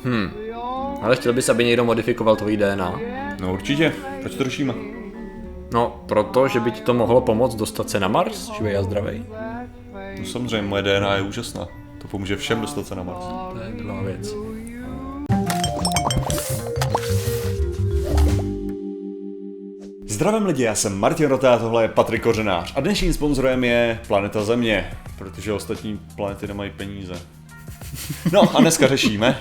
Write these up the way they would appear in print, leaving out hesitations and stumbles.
Ale chtěl bys, aby někdo modifikoval tvojí DNA? No určitě, proč to řešíme? No, proto, že by ti to mohlo pomoct dostat se na Mars, živej a zdravej. No samozřejmě, moje DNA je úžasná. To pomůže všem dostat se na Mars. To je druhá věc. Zdravím lidi, já jsem Martin Rota a tohle je Patrik Kořenář a dnešním sponzorem je Planeta Země, protože ostatní planety nemají peníze. No a dneska řešíme.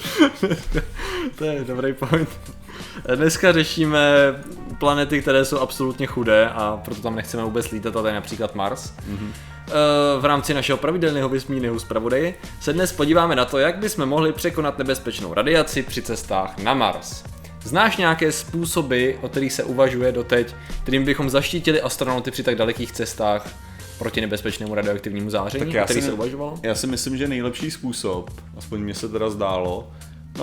To je dobrý point. Dneska řešíme planety, které jsou absolutně chudé a proto tam nechceme vůbec lítat, a to je například Mars. V rámci našeho pravidelného vesmírného zpravodaje se dnes podíváme na to, jak bychom mohli překonat nebezpečnou radiaci při cestách na Mars. Znáš nějaké způsoby, o kterých se uvažuje doteď, kterým bychom zaštítili astronauty při tak dalekých cestách proti nebezpečnému radioaktivnímu záření, o který se uvažovalo? Já si myslím, že nejlepší způsob, aspoň mně se teda zdálo,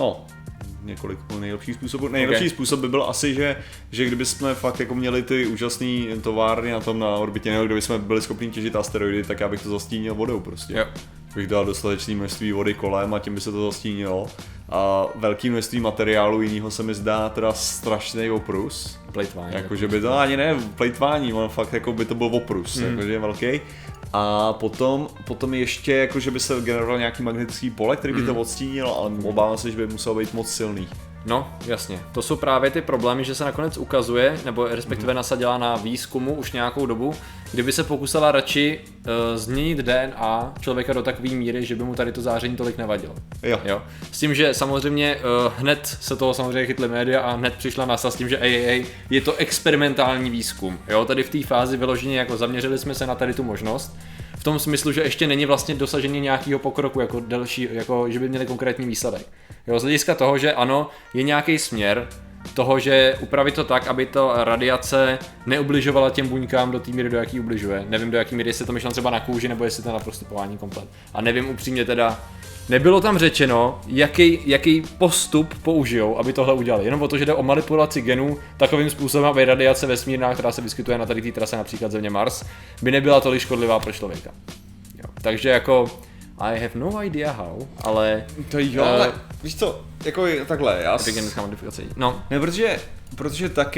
několik nejlepších způsobů. Nejlepší způsob by byl asi, že kdybychom fakt jako měli ty úžasné továrny na tom na orbitě, nebo kdybychom byli schopni těžit asteroidy, tak já bych to zastínil vodou prostě. Jo. Bych dal dostatečné množství vody kolem a tím by se to zastínilo. A velké množství materiálu jiného se mi zdá teda strašný oprus. Plejtvání. Jakože by to ani ne plejtvání, on fakt jako by to byl oprus, jakože velký. A potom ještě jako, že by se generoval nějaký magnetický pole, který by to odstínil, ale obávám se, že by musel být moc silný. No, jasně. To jsou právě ty problémy, že se nakonec ukazuje, nebo respektive nasadila na výzkumu už nějakou dobu, kdyby se pokusila radši změnit DNA člověka do takové míry, že by mu tady to záření tolik nevadilo. Jo. S tím, že samozřejmě hned se toho samozřejmě chytly média a hned přišla NASA s tím, že je to experimentální výzkum. Jo, tady v té fázi vyloženě jako zaměřili jsme se na tady tu možnost. V tom smyslu, že ještě není vlastně dosažení nějakého pokroku jako delší, jako že by měli konkrétní výsledek. Jo, z hlediska toho, že ano, je nějaký směr toho, že upravit to tak, aby to radiace neubližovala těm buňkám do té míry, do jaký ubližuje. Nevím, do jaký míry, jestli to myšleno třeba na kůži, nebo jestli to na prostupování komplet. A nevím upřímně teda, nebylo tam řečeno, jaký postup použijou, aby tohle udělali. Jenom o to, že jde o manipulaci genů takovým způsobem, aby radiace vesmírná, která se vyskytuje na tady té trase, například Země Mars, by nebyla tolik škodlivá pro člověka. Jo. Takže jako I have no idea how, ale to jo, ale víš co, jako takhle, já genetická modifikace. No. Ne, protože tak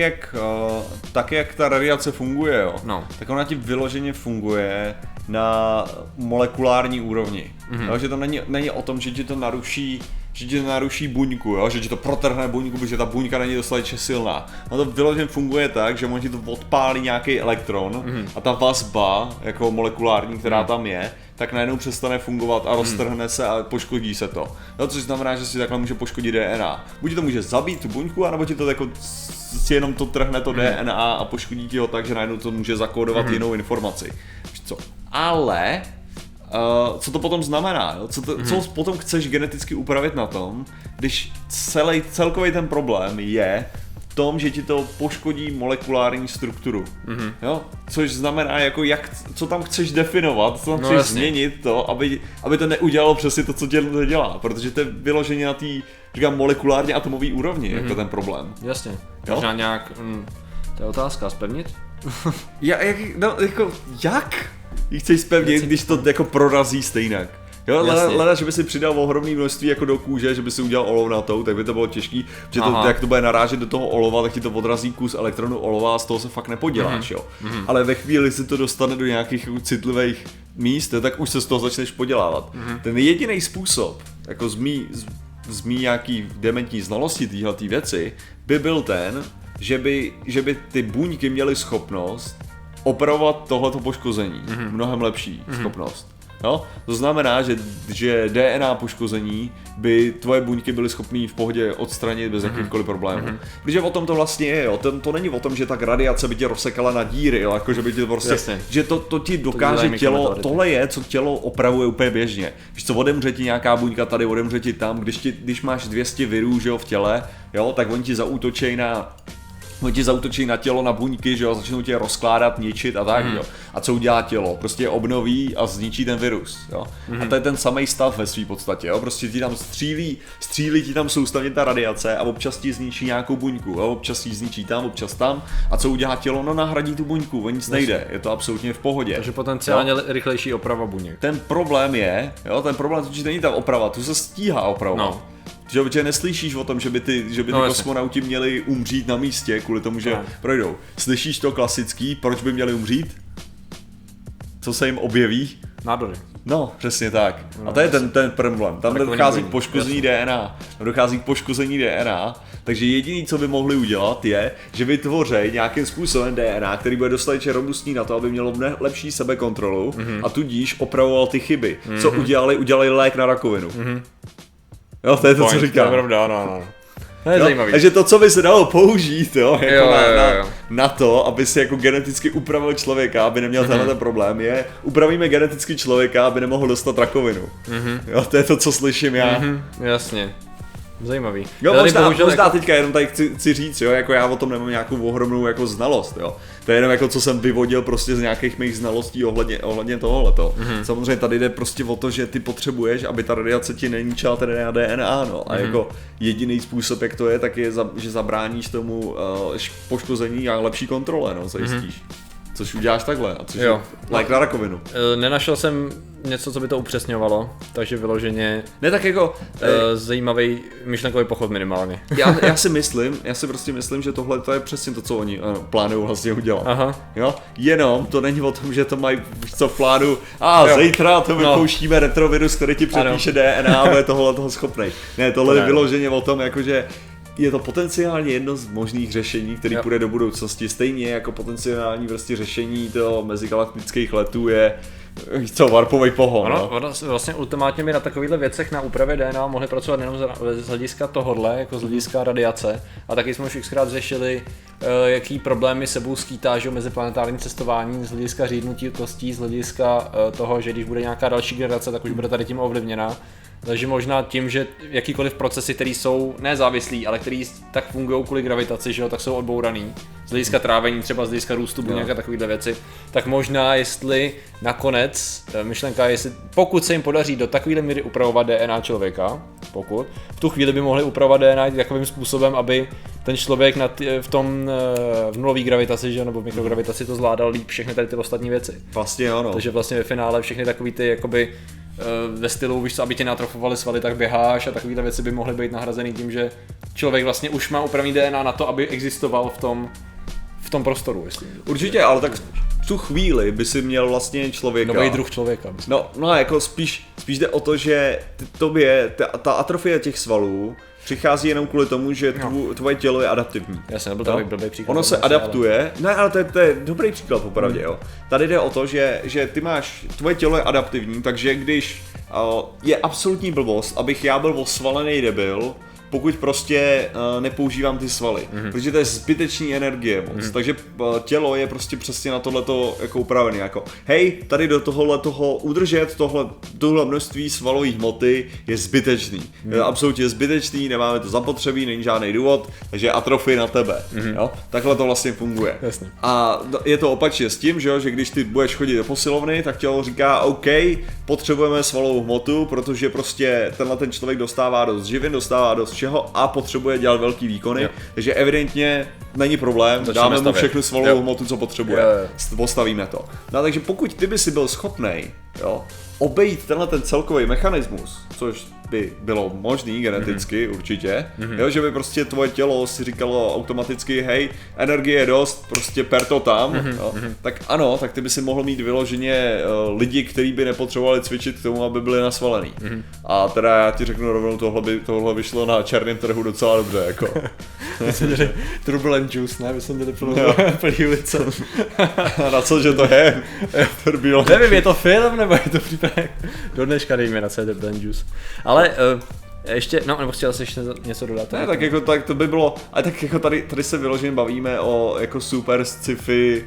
jak ta radiace funguje, jo, tak ona ti vyloženě funguje na molekulární úrovni. Jo, že to není o tom, že ti to naruší buňku, jo, že ti to protrhne buňku, protože ta buňka není dostatečně silná. Ono to vyloženě funguje tak, že on ti to odpálí nějaký elektron a ta vazba jako molekulární, která tam je, tak najednou přestane fungovat a roztrhne se a poškodí se to. No, což znamená, že si takhle může poškodit DNA. Buď to může zabít tu buňku, anebo ti to jako si jenom to trhne to DNA a poškodí ti ho tak, že najednou to může zakódovat jinou informaci. Víš co? Ale co to potom znamená? Jo? Co potom chceš geneticky upravit na tom, když celkový ten problém je v tom, že ti to poškodí molekulární strukturu. Jo? Což znamená, jako co tam chceš definovat, co tam chceš změnit to, aby to neudělalo přesně to, co to dělá, protože to je vyloženě na té, říkám, molekulárně atomové úrovni, jako ten problém. Jasně. Možná nějak, to je otázka, zpevnit? Jak? Ji chceš zpevnit, když to jako prorazí stejnak. Jo, leda, že by si přidal ohromné množství jako do kůže, že by si udělal olovnatou, tak by to bylo těžký, že to, jak to bude narážet do toho olova, tak ti to odrazí kus elektronu olova a z toho se fakt nepoděláš, jo. Ale ve chvíli si to dostane do nějakých citlivých míst, tak už se z toho začneš podělávat. Ten jediný způsob, jako z mý nějaký dementní znalosti téhletý věci, by byl ten, že by ty buňky měly schopnost opravovat tohleto poškození. Mnohem lepší schopnost. No, to znamená, že DNA poškození by tvoje buňky byly schopné v pohodě odstranit bez jakýchkoliv problémů. Protože o tom to vlastně je, jo. To není o tom, že tak radiace by tě rozsekala na díry, jo. Jako, že by tě prostě, že to ti dokáže tělo, tohle je, co tělo opravuje úplně běžně. Víš co, odemře ti nějaká buňka tady, odemře ti tam, když máš 200 virů, že jo, v těle, jo, tak oni ti zaútočí na tělo, na buňky, že jo, začnou tě rozkládat, ničit a tak, jo. A co udělá tělo? Prostě je obnoví a zničí ten virus, jo. A to je ten samý stav ve své podstatě, jo. Prostě ti tam střílí ti tam soustavně ta radiace a občas ti zničí nějakou buňku, jo. Občas ji zničí tam, občas tam. A co udělá tělo? No, nahradí tu buňku, o nic nejde, je to absolutně v pohodě. Takže potenciálně rychlejší oprava buněk. Ten problém je, jo, totiž není ta oprava, tu se stíhá opravovat. Že neslyšíš o tom, že by ty kosmonauti měli umřít na místě kvůli tomu, že projdou. Slyšíš to klasický, proč by měli umřít? Co se jim objeví? Nádory. No, přesně tak. A to je ten problém. Tam dochází k poškození DNA. Dochází k poškození DNA, takže jediný, co by mohli udělat, je, že vytvoří nějakým způsobem DNA, který bude dostatečně robustní na to, aby mělo lepší sebekontrolu a tudíž opravoval ty chyby. Co udělali lék na rakovinu. Jo, to je to, co říkám. To je pravda, no. To je zajímavý. Takže to, co by se dalo použít, na to, aby si jako geneticky upravil člověka, aby neměl tenhle problém, je upravíme geneticky člověka, aby nemohl dostat rakovinu. Jo, to je to, co slyším já. Jasně. Zajímavý. Jo, možná teďka jenom tady chci říct, jo, jako já o tom nemám nějakou ohromnou jako znalost, jo. To je jenom jako co jsem vyvodil prostě z nějakých mých znalostí ohledně tohohleto. Samozřejmě tady jde prostě o to, že ty potřebuješ, aby ta radiace ti neničila DNA, no. A jako jediný způsob, jak to je, tak je, že zabráníš tomu poškození a lepší kontrole, no, zajistíš. Což uděláš takhle, a což je lék na rakovinu. Nenašel jsem něco, co by to upřesňovalo, takže vyloženě ne, tak jako zajímavý myšlenkový pochod minimálně. Já si prostě myslím, že tohle to je přesně to, co oni plánují vlastně udělat. Aha. Jo? Jenom to není o tom, že to mají co v plánu, zítra to vypouštíme retrovirus, který ti přepíše DNA a bude toho schopnej. Ne, tohle je vyloženě o tom, jakože je to potenciálně jedno z možných řešení, který půjde do budoucnosti. Stejně jako potenciální prostě řešení toho mezigalaktických letů je warpový pohon. Vlastně ultimátně by na takovýchhle věcech na úpravě DNA mohli pracovat nejenom z hlediska tohodle, jako z hlediska radiace, a taky jsme už xkrát řešili, jaký problémy sebou skýtá, že meziplanetární cestování z hlediska řídnutí kostí, z hlediska toho, že když bude nějaká další generace, tak už bude tady tím ovlivněna. Takže možná tím, že jakýkoliv procesy, které jsou nezávislí, ale které tak fungují kvůli gravitaci, že jo, tak jsou odbouraný. Z hlediska trávení, třeba z hlediska růstu buněk a takovýhle věci. Tak možná, jestli nakonec, myšlenka je, pokud se jim podaří do takovéhle míry upravovat DNA člověka, v tu chvíli by mohli upravovat DNA takovým způsobem, aby ten člověk v nulové gravitaci, že, nebo v mikrogravitaci to zvládal líp všechny tady ty ostatní věci. Vlastně ano. Takže vlastně ve finále všechny takový ty jakoby ve stylu, víš co, aby tě natrofovaly svaly, tak běháš a takovéhle věci by mohly být nahrazený tím, že člověk vlastně už má upravený DNA na to, aby existoval v tom prostoru. Určitě, ale tak v tu chvíli by si měl vlastně člověka. Nový druh člověka. No jako spíš jde o to, že tobě ta atrofie těch svalů přichází jenom kvůli tomu, že tvoje tělo je adaptivní. Jasně, byl to blbý příklad. Ono se adaptuje, ale to je dobrý příklad popravdě, jo. Tady jde o to, že tvoje tělo je adaptivní, takže když je absolutní blbost, abych já byl osvalený debil, pokud prostě nepoužívám ty svaly, protože to je zbytečný energie moc, takže tělo je prostě přesně na tohleto jako upravený, jako hej, tady do toho udržet tohle množství svalové hmoty je zbytečný, absolutně zbytečný, nemáme to zapotřebí, není žádný důvod, takže atrofie na tebe, jo, takhle to vlastně funguje. Jasně. A je to opačně s tím, že když ty budeš chodit do posilovny, tak tělo říká, OK, potřebujeme svalovou hmotu, protože prostě ten člověk dostává dost živin, dostává dost čeho a potřebuje dělat velký výkony, takže evidentně není problém, dáme mu všechnu svalovou hmotu, co potřebuje, postavíme to. No takže pokud ty by si byl schopnej, obejít ten celkový mechanismus, což by bylo možný geneticky určitě, že by prostě tvoje tělo si říkalo automaticky, hej, energie je dost, prostě per to tam, tak ano, tak ty by si mohl mít vyloženě lidi, kteří by nepotřebovali cvičit k tomu, aby byli nasvalený. A teda já ti řeknu rovnou, tohle by šlo na černém trhu docela dobře, jako. Turbulent Juice, ne? My jsme měli plný ulice. Na co, že to je? Nevím, je to film, nebo je to přípravek? Do dneška nevíme, na co je Turbulent Juice. Ale ještě, nebo chtěl jsi ještě něco dodat? Ne, tak jako tak to by bylo, ale tak jako tady se vyloženě bavíme o jako super sci-fi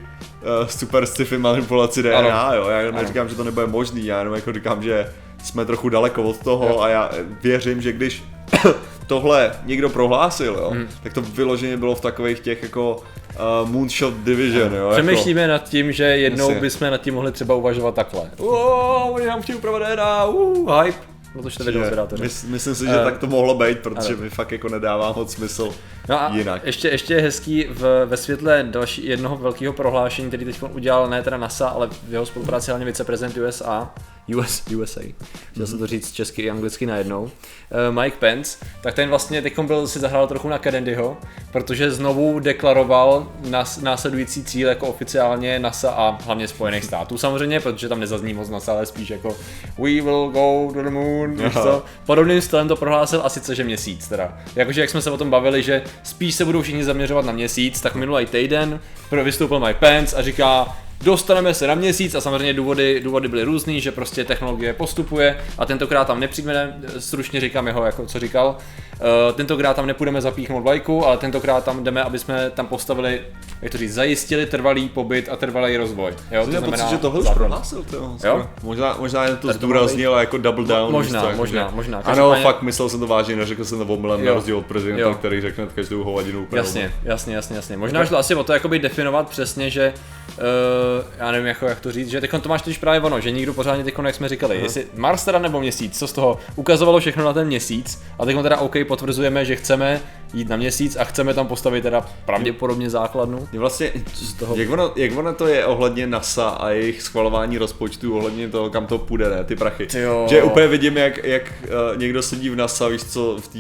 manipulaci DNA, jo, já neříkám, že to nebude možný, já jenom jako říkám, že jsme trochu daleko od toho a já věřím, že když tohle někdo prohlásil, tak to vyloženě bylo v takových těch jako Moonshot Division, jo. Přemýšlíme nad tím, že jednou bychom nad tím mohli třeba uvažovat takhle. Oni nám chtějí upravovat DNA, hype. No to ještě video zvedáte. Myslím si, že tak to mohlo být, protože mi fakt jako nedává moc smysl jinak. Ještě je hezký ve světle jednoho velkého prohlášení, který teď udělal ne teda NASA, ale v jeho spolupráci hlavně viceprezident USA, USA, chtěl jsem to říct česky i anglicky najednou, Mike Pence, tak ten vlastně teď si zahrál trochu na Kennedyho, protože znovu deklaroval následující cíl jako oficiálně NASA a hlavně Spojených států samozřejmě, protože tam nezazní moc NASA, ale spíš jako we will go to the moon, víš co? Podobným stylem to prohlásil a sice, že Měsíc teda. Jakože jak jsme se o tom bavili, že spíš se budou všichni zaměřovat na Měsíc, tak minulý týden vystoupil Mike Pence a říká, dostaneme se na Měsíc a samozřejmě důvody byly různý, že prostě technologie postupuje a tentokrát tam nepřijmeme, stručně říkám jeho, jako co říkal, tentokrát tam nepůjdeme zapíchnout vlajku, ale tentokrát tam jdeme, aby jsme tam postavili, jak to říct, zajistili trvalý pobyt a trvalý rozvoj. Jo, to znamená pocit, že tohle už prohlásil, možná jen to zdůraznil jako double down. Možná. Ano, fakt myslel jsem to vážně, neřekl jsem to omylem na rozdíl od prezidenta, který řekne každou hovadinu úplně. Jasně. Možná šlo asi o to jakoby definovat přesně, že já nevím jak to říct, že teď to máš totiž právě ono, že nikdo pořádně teď, jak jsme říkali, jestli Mars teda nebo Měsíc, co z toho ukazovalo všechno na ten Měsíc a teď teda OK, potvrzujeme, že chceme jít na Měsíc a chceme tam postavit teda pravděpodobně základnu. Vlastně, jak ono to je ohledně NASA a jejich schvalování rozpočtu, ohledně toho, kam to půjde, ne, ty prachy. Že úplně vidím, jak někdo sedí v NASA, víš co, v té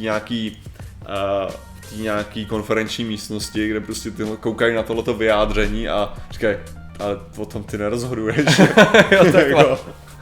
nějaký konferenční místnosti, kde prostě ty koukají na tohleto vyjádření a říkají, ale o tom ty nerozhoduješ. Jo.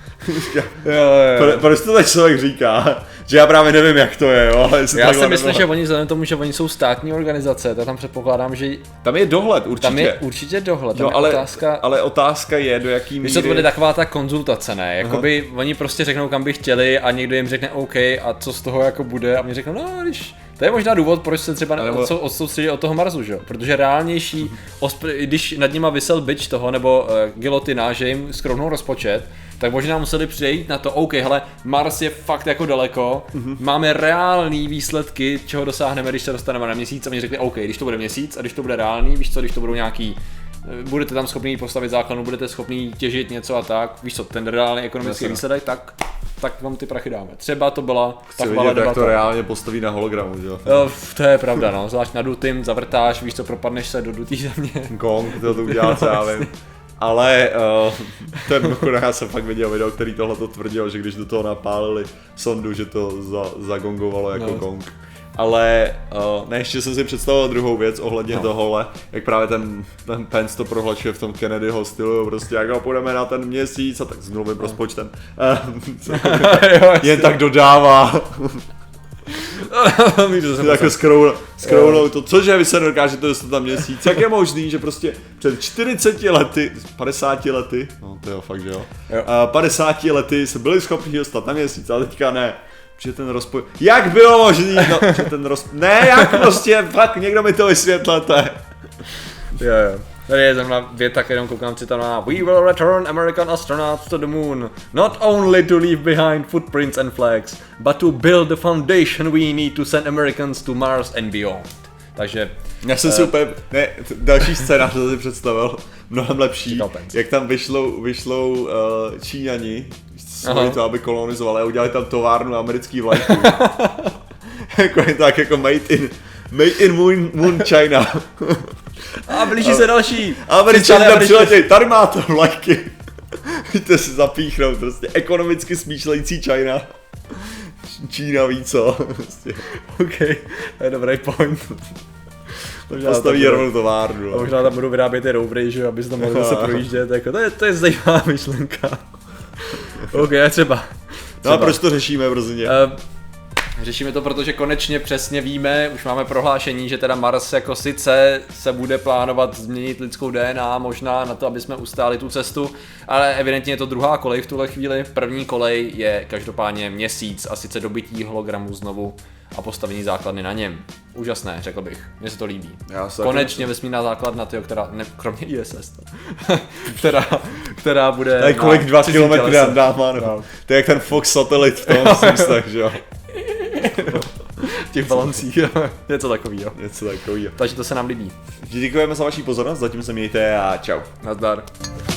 Proč to tak člověk říká? Že já právě nevím, jak to je, jo, ale já si myslím, že oni vzhledem tomu, že oni jsou státní organizace, tak tam předpokládám, že tam je dohled, určitě. Tam je určitě dohled, tam no, je otázka. Ale otázka je, do jaký míry. To bude taková ta konzultace, ne? Jakoby oni prostě řeknou, kam by chtěli a někdo jim řekne OK a co z toho jako bude a oni řeknou, no když to je možná důvod, proč se třeba odsoustředit od toho Marsu, že jo? Protože reálnější, když nad nima visel bič toho, nebo gilotina, že jim skrovnou rozpočet, tak možná museli přejít na to, OK, hele, Mars je fakt jako daleko, máme reální výsledky, čeho dosáhneme, když se dostaneme na Měsíc a oni řekli, OK, když to bude Měsíc a když to bude reálný, víš co, když to budou nějaký, budete tam schopný postavit základnu, budete schopný těžit něco a tak, víš co, ten reálný ekonomický výsledek, tak vám ty prachy dáme. Třeba to byla taková debata. Jak to reálně postaví na hologramu, že jo? To je pravda, no, zvlášť na dutým, zavrtáš, víš co, propadneš se do dutý země. Gong, to udělá, co já vím. Ale já jsem fakt viděl video, který tohle tvrdil, že když do toho napálili sondu, že to zagongovalo jako gong. Ale ne, ještě jsem si představil druhou věc ohledně tohohle, jak právě ten Pence to prohlašuje v tom Kennedyho stylu, prostě jak ho půjdeme na ten Měsíc a tak s nulovým rozpočtem. Jen tak dodává. Jako scrollnou to, cože vy se dokážete dostat na Měsíc, jak je možný, že prostě před 40 lety, 50 lety, no to jo fakt, že jo, 50 lety se byli schopni dostat na Měsíc, ale teďka ne, že ten rozpočet, jak bylo možný, no, že ten ne, jak prostě, fakt někdo mi to vysvětlete. Jo. Tady je znamená věta, kterou koukám citovat. We will return American astronauts to the moon, not only to leave behind footprints and flags, but to build the foundation we need to send Americans to Mars and beyond. Takže já jsem si úplně, další scénář jsem si představil, mnohem lepší, jak tam vyšlou Číňani, svoji to, aby kolonizovali a udělali tam továrnu americký vlajky. Jako je tak jako made in moon China. A blíží se další. Američané tam přiletějí, tady máte vlajky. Víte si zapíchnout, prostě ekonomicky smýšlející Čína ví co. Prostě. OK, to je dobrý point. Postaví rovnou továrnu. Možná tam budou vyrábět ty rovery, že aby se tam mohli zase projíždět, jako, to je zajímavá myšlenka. OK, třeba. No a proč to řešíme brzině? Řešíme to, protože konečně přesně víme, už máme prohlášení, že teda Mars jako sice se bude plánovat změnit lidskou DNA možná na to, aby jsme ustáli tu cestu, ale evidentně je to druhá kolej v tuhle chvíli. První kolej je každopádně Měsíc a sice dobytí hologramu znovu a postavení základny na něm. Úžasné, řekl bych. Mně se to líbí. Konečně vesmírná základna, která, kromě ISS, která bude... Tak kolik 2 kilometry nad náma, no. To je jak ten Fox satelit v tom smyslech, že jo. V těch balancích, něco takovýho. Něco takovýho. Takže to se nám líbí. Děkujeme za vaši pozornost, zatím se mějte a čau. Nazdar.